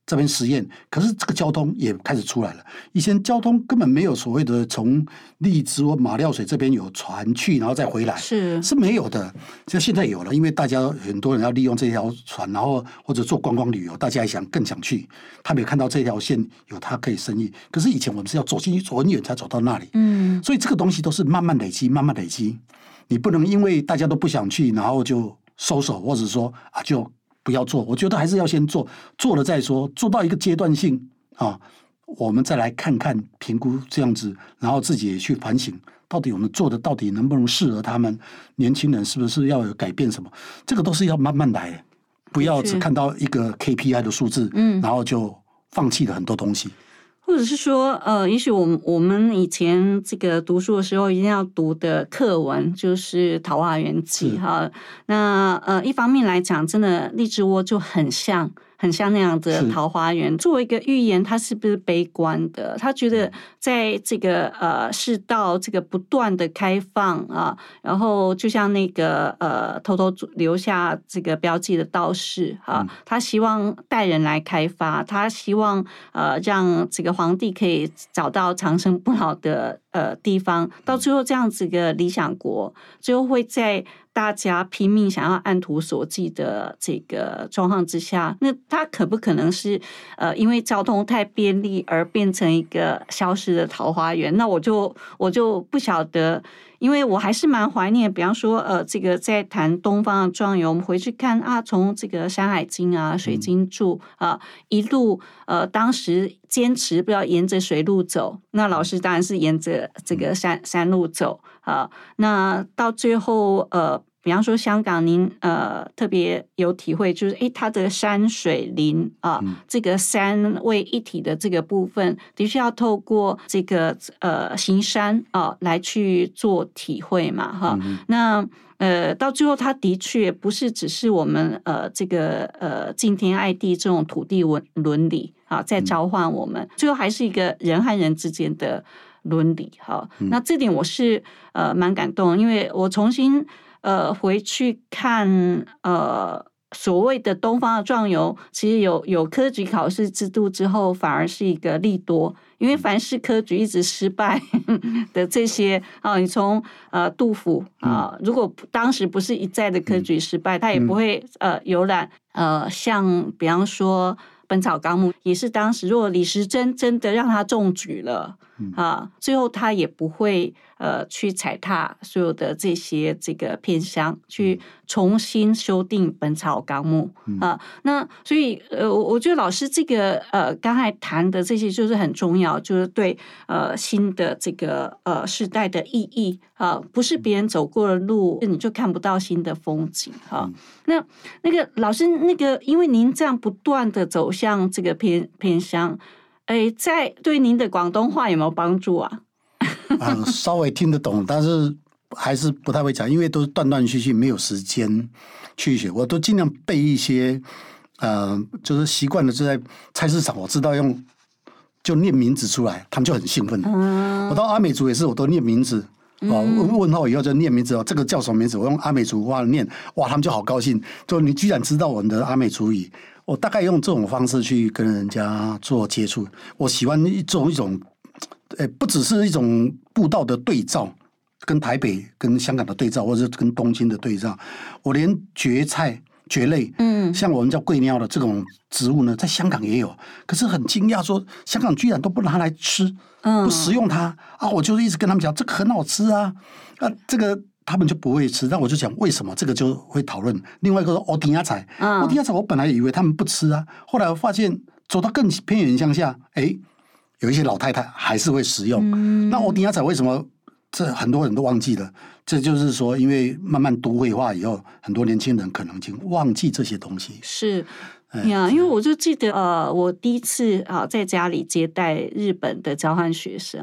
这边实验，可是这个交通也开始出来了。以前交通根本没有所谓的从荔枝或马料水这边有船去，然后再回来，是没有的。就现在有了，因为大家很多人要利用这条船，然后或者做观光旅游，大家也更想去。他们也看到这条线有它可以生意，可是以前我们是要走进去，走很远才走到那里。所以这个东西都是慢慢累积，慢慢累积。你不能因为大家都不想去，然后就收手，或者说就不要做。我觉得还是要先做，做了再说，做到一个阶段性我们再来看看评估这样子，然后自己也去反省，到底我们做的到底能不能适合他们年轻人，是不是要有改变什么？这个都是要慢慢来，不要只看到一个 KPI 的数字，然后就放弃了很多东西。 或者是说，也许我们以前这个读书的时候一定要读的课文就是《桃花源记》哈。那一方面来讲，真的荔枝窝就很像那样的桃花源。作为一个寓言，它是不是悲观的？他觉得在这个世道这个不断的开放啊，然后就像那个偷偷留下这个标记的道士啊，他希望带人来开发，他希望让这个皇帝可以找到长生不老的地方，到最后这样子的理想国，最后会在大家拼命想要按图索骥的这个状况之下，那它可不可能是因为交通太便利而变成一个消失的桃花源？那我就不晓得。因为我还是蛮怀念，比方说这个在谈东方的壮游，我们回去看从这个《山海经》啊、水晶柱啊一路当时坚持不要沿着水路走，那老师当然是沿着这个山路走啊。那到最后比方说香港，您特别有体会，就是它的山水林这个三位一体的这个部分，的确要透过这个行山来去做体会嘛哈。那到最后，它的确不是只是我们这个敬天爱地这种土地伦理在召唤我们，最后还是一个人和人之间的伦理哈。那这点我是蛮感动，因为我重新回去看所谓的东方的壮游，其实有科举考试制度之后，反而是一个利多。因为凡是科举一直失败的这些你从杜甫如果当时不是一再的科举失败，他也不会游览像比方说《本草纲目》，也是当时如果李时珍真的让他中举了最后他也不会去踩踏所有的这个偏乡，去重新修订《本草纲目》那所以我觉得老师这个刚才谈的这些就是很重要，就是对新的这个时代的意义不是别人走过的路你就看不到新的风景那个老师那个，因为您这样不断的走向这个偏乡，在对您的广东话有没有帮助啊？ 稍微听得懂，但是还是不太会讲，因为都是断断续续，没有时间去学。我都尽量背一些，就是习惯了就在菜市场，我知道就念名字出来，他们就很兴奋。我到阿美族也是，我都念名字。问候以后就念名字这个叫什么名字？我用阿美族话念，哇，他们就好高兴，就你居然知道我们的阿美族语。我大概用这种方式去跟人家做接触。我喜欢一种不只是一种步道的对照，跟台北、跟香港的对照，或者是跟东京的对照。我连蕨菜、蕨类，像我们叫桂鸟的这种植物呢，在香港也有。可是很惊讶，说香港居然都不拿来吃，不食用它我就一直跟他们讲，这个很好吃这个他们就不会吃。那我就讲为什么，这个就会讨论。另外一个说欧丁亚菜，欧丁亚菜我本来以为他们不吃后来我发现走到更偏远乡下，有一些老太太还是会食用。那欧丁亚菜为什么这很多人都忘记了？这就是说，因为慢慢都会化以后，很多年轻人可能已经忘记这些东西。 是因为我就记得我第一次在家里接待日本的交换学生，然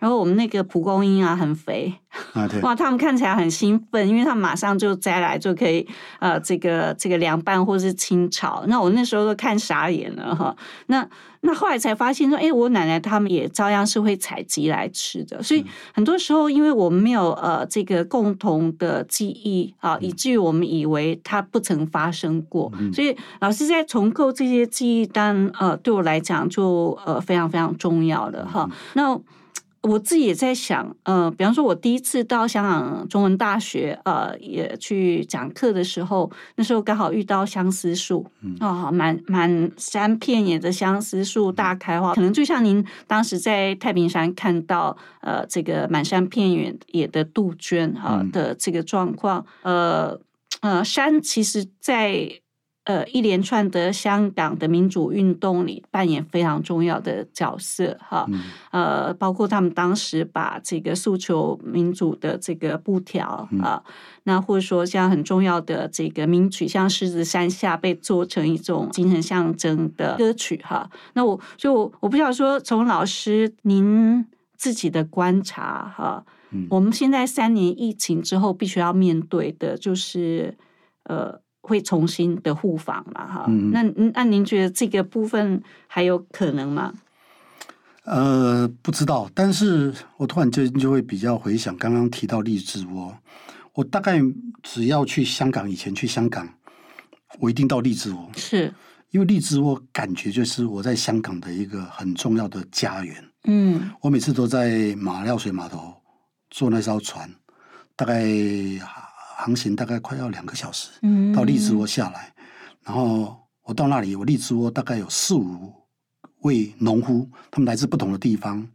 然后我们那个蒲公英啊很肥啊，对， 哇，他们看起来很兴奋，因为他们马上就摘来就可以这个凉拌或是清炒。那我那时候都看傻眼了哈。那后来才发现说，我奶奶他们也照样是会采集来吃的。所以很多时候，因为我们没有这个共同的记忆啊，以至于我们以为它不曾发生过。所以老师在重构这些记忆单，对我来讲就非常非常重要的哈。那我自己也在想，比方说，我第一次到香港中文大学，也去讲课的时候，那时候刚好遇到相思树，满山遍野的相思树大开花，可能就像您当时在太平山看到，这个满山遍野的杜鹃的这个状况，山其实在一连串的香港的民主运动里扮演非常重要的角色哈，包括他们当时把这个诉求民主的这个布条啊，那或者说像很重要的这个名曲，像《狮子山下》被做成一种精神象征的歌曲哈。那我不晓得说，从老师您自己的观察哈，我们现在3年疫情之后必须要面对的就是会重新的互访嘛哈，那您觉得这个部分还有可能吗？ 不知道，但是我突然就会比较回想刚刚提到荔枝窝，我大概只要去香港，以前去香港，我一定到荔枝窝， 是因为荔枝窝感觉就是我在香港的一个很重要的家园。我每次都在马料水码头坐那艘船，大概航行大概快要2个小时，到荔枝窝下来，然后我到那里，我荔枝窝大概有4-5位农夫，他们来自不同的地方，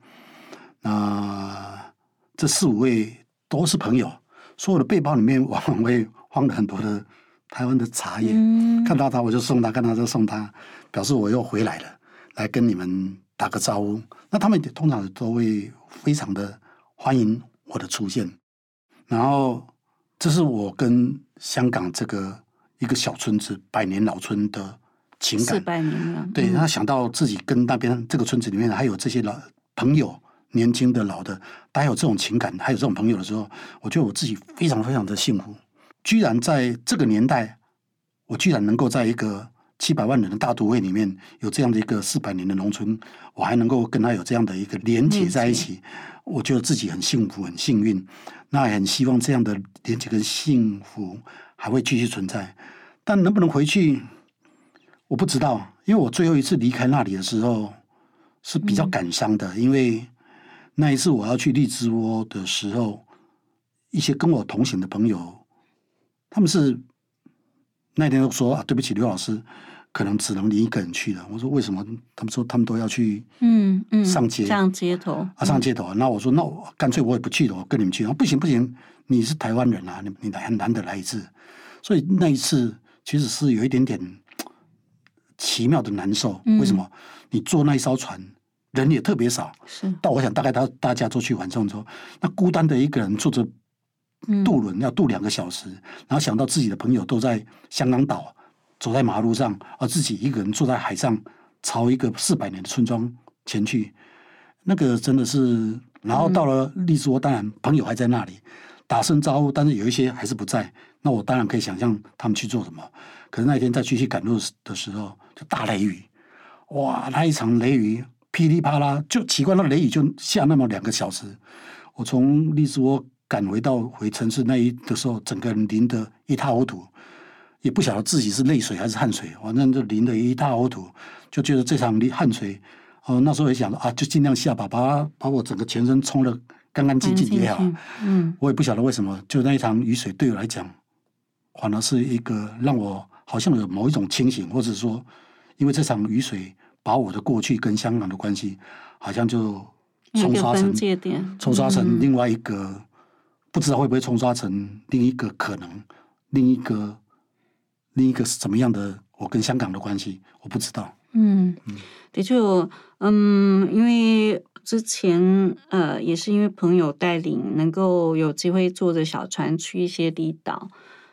这4-5位都是朋友，所有的背包里面往往会放了很多的台湾的茶叶，看到他我就送他，看到就送他，表示我又回来了，来跟你们打个招呼。那他们通常都会非常的欢迎我的出现，然后这是我跟香港这个一个小村子100年老村的情感。 400年了， 对，他想到自己跟那边这个村子里面还有这些老朋友，年轻的老的，大家有这种情感，还有这种朋友的时候，我觉得我自己非常非常的幸福。居然在这个年代，我居然能够在一个700万人的大都会里面有这样的一个400年的农村，我还能够跟他有这样的一个连结在一起，我觉得自己很幸福很幸运。那也很希望这样的连结跟幸福还会继续存在，但能不能回去我不知道，因为我最后一次离开那里的时候是比较感伤的，因为那一次我要去荔枝窝的时候，一些跟我同行的朋友，他们是那天都说对不起刘老师，可能只能你一个人去了。我说为什么？他们说他们都要去上街头上街头。那我说那我干脆我也不去了，我跟你们去。不行，你是台湾人啊，你很难得来一次。所以那一次其实是有一点点奇妙的难受。为什么？你坐那一艘船，人也特别少，但我想大概大家都去晚上之后，那孤单的一个人坐着渡轮要渡2个小时，然后想到自己的朋友都在香港岛走在马路上，而自己一个人坐在海上朝一个400年的村庄前去，那个真的是。然后到了荔枝窝，当然朋友还在那里打声招呼，但是有一些还是不在。那我当然可以想象他们去做什么。可是那一天再继续赶路的时候，就大雷雨，哇！那一场雷雨噼里啪啦，就奇怪，那雷雨就下那么2个小时。我从荔枝窝赶回城市的时候，整个人淋得一塌糊涂，也不晓得自己是泪水还是汗水，反正就淋得一塌糊涂，就觉得这场汗水，那时候也想就尽量下吧，把我整个全身冲得干干净净也好。我也不晓得为什么，就那一场雨水对我来讲，反而是一个让我好像有某一种清醒，或者说，因为这场雨水把我的过去跟香港的关系，好像就冲刷成另外一个，不知道会不会冲刷成另一个可能，另一个是怎么样的我跟香港的关系，我不知道。 的确，因为之前也是因为朋友带领，能够有机会坐着小船去一些离岛。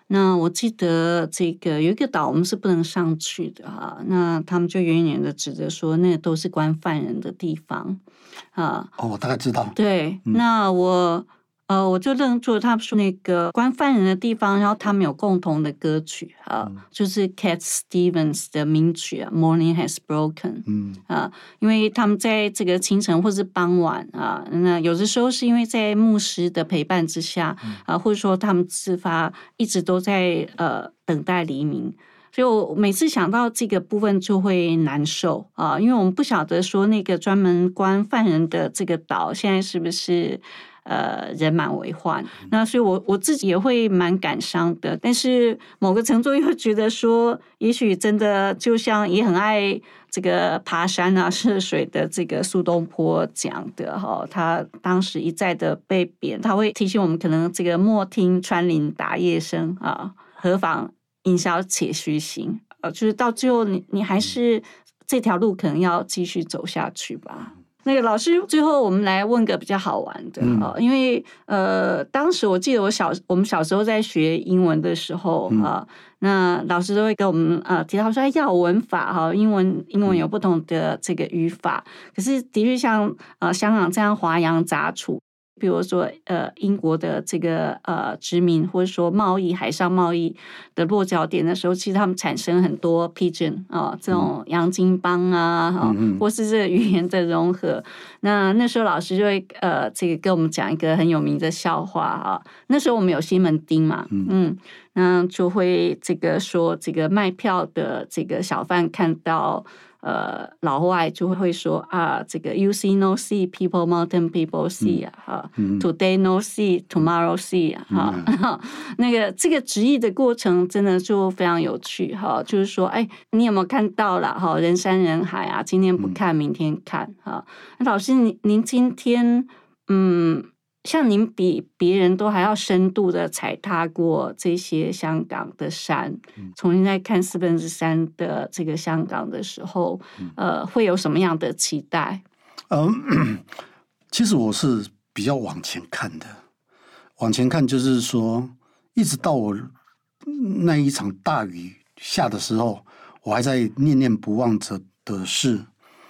那我记得这个有一个岛我们是不能上去的哈，那他们就远远的指着说那都是关犯人的地方啊。 哦，我大概知道。 对，那我就愣住了，他们说那个关犯人的地方，然后他们有共同的歌曲啊，就是 Cat Stevens 的名曲啊，《Morning Has Broken》。因为他们在这个清晨或是傍晚啊，那有的时候是因为在牧师的陪伴之下啊，或者说他们自发一直都在等待黎明。所以我每次想到这个部分就会难受啊，因为我们不晓得说那个专门关犯人的这个岛现在是不是人满为患，那所以我自己也会蛮感伤的，但是某个程度又觉得说，也许真的就像也很爱这个爬山啊涉水的这个苏东坡讲的哈，他当时一再的被贬，他会提醒我们，可能这个莫听穿林打叶声啊，何妨吟啸且徐行，就是到最后你还是这条路可能要继续走下去吧。那个老师，最后我们来问个比较好玩的因为当时我记得我们小时候在学英文的时候那老师都会跟我们提到说要有文法哈，英文有不同的这个语法，可是的确像香港这样华洋杂处。比如说英国的这个殖民或者说贸易海上贸易的落脚点的时候，其实他们产生很多 pidgin 这种洋泾浜或是这个语言的融合。那时候老师就会这个跟我们讲一个很有名的笑话那时候我们有西门町嘛那就会这个说这个卖票的这个小贩看到老外就会说这个 you see no see people mountain people see today no see tomorrow see 那个这个直译的过程真的就非常有趣就是说你有没有看到了人山人海今天不看明天看老师您今天像您比别人都还要深度的踩踏过这些香港的山，重新在看3/4的这个香港的时候，会有什么样的期待？ 其实我是比较往前看的，往前看就是说，一直到我那一场大雨下的时候，我还在念念不忘着的是，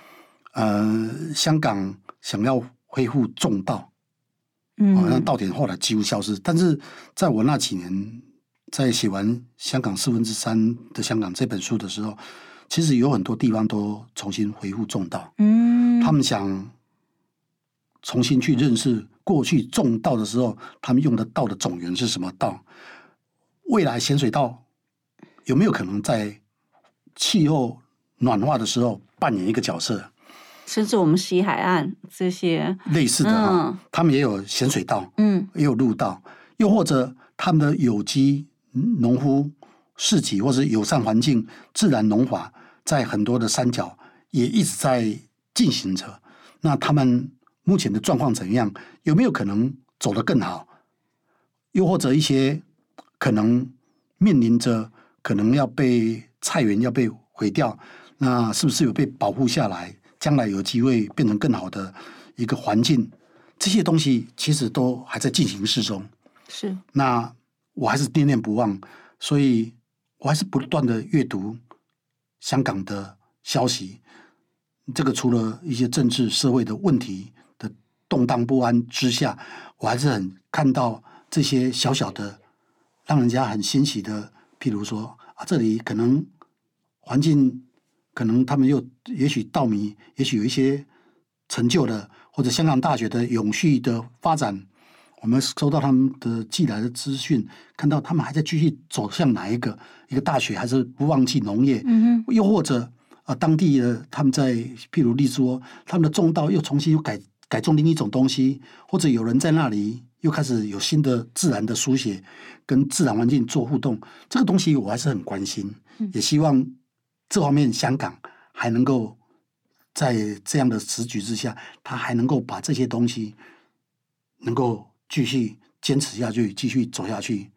香港想要恢复重道。那稻田后来几乎消失，但是在我那几年在写完《香港3/4的香港》这本书的时候，其实有很多地方都重新恢复重道。他们想重新去认识过去种稻的时候，他们用的稻的种源是什么稻？未来咸水稻有没有可能在气候暖化的时候扮演一个角色？ 甚至我们西海岸这些类似的他们也有咸水稻，也有陆稻，又或者他们的有机农夫市集或者友善环境自然农法，在很多的山脚也一直在进行着。那他们目前的状况怎样？有没有可能走得更好？又或者一些可能面临着可能要被菜园要被毁掉，那是不是有被保护下来？将来有机会变成更好的一个环境，这些东西其实都还在进行式中。 是， 那我还是念念不忘，所以我还是不断的阅读香港的消息。这个除了一些政治社会的问题的动荡不安之下，我还是很看到这些小小的让人家很欣喜的，譬如说这里可能环境。可能他们也许稻米，也许有一些成就的，或者香港大学的永续的发展，我们收到他们的寄来的资讯，看到他们还在继续走向哪一个大学，还是不忘记农业，又或者当地的他们在譬如例如说他们的种稻又重新又改种另一种东西，或者有人在那里又开始有新的自然的书写，跟自然环境做互动，这个东西我还是很关心，也希望。这方面香港还能够在这样的时局之下，他还能够把这些东西能够继续坚持下去，继续走下去，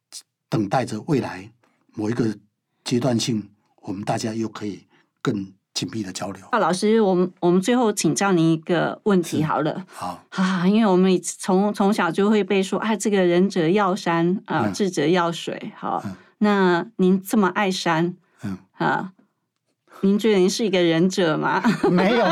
等待着未来某一个阶段性，我们大家又可以更紧密的交流。 老师，我们最后请教您一个问题好了。 好啊，因为我们从小就会被说，这个仁者要山啊，智者要水。好，那您这么爱山，您觉得您是一个仁者吗？ 没有。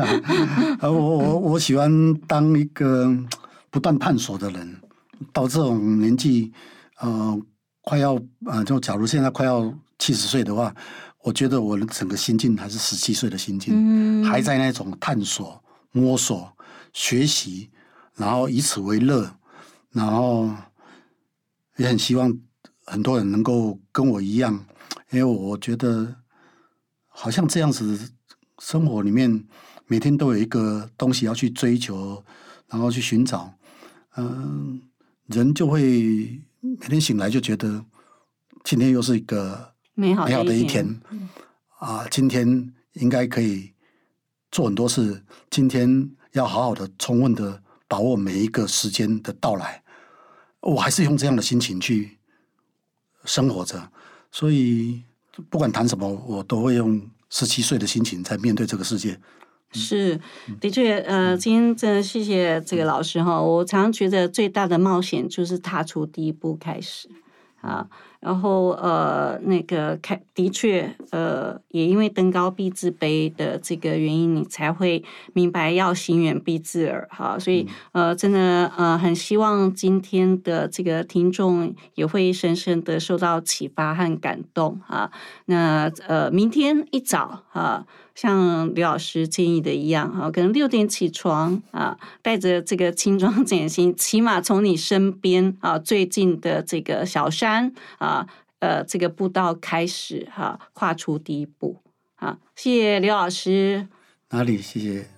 我喜欢当一个不断探索的人。到这种年纪，快要就假如现在快要70岁的话，我觉得我的整个心境还是17岁的心境，还在那种探索、摸索、学习，然后以此为乐，然后也很希望很多人能够跟我一样，因为我觉得好像这样子生活里面每天都有一个东西要去追求，然后去寻找，人就会每天醒来就觉得今天又是一个美好的一天今天应该可以做很多事，今天要好好的充分的把握每一个时间的到来，我还是用这样的心情去生活着，所以不管谈什么，我都会用17岁的心情在面对这个世界。 是，的确，今天真的谢谢这个老师哈。我常常觉得最大的冒险就是踏出第一步开始啊。然后那个的确也因为登高必自卑的这个原因，你才会明白要行远必自耳哈。所以真的很希望今天的这个听众也会深深的受到启发和感动哈。那明天一早像刘老师建议的一样可能6点起床带着这个轻装简行，起码从你身边最近的这个小山这个步道开始跨出第一步谢谢刘老师。 哪里？谢谢。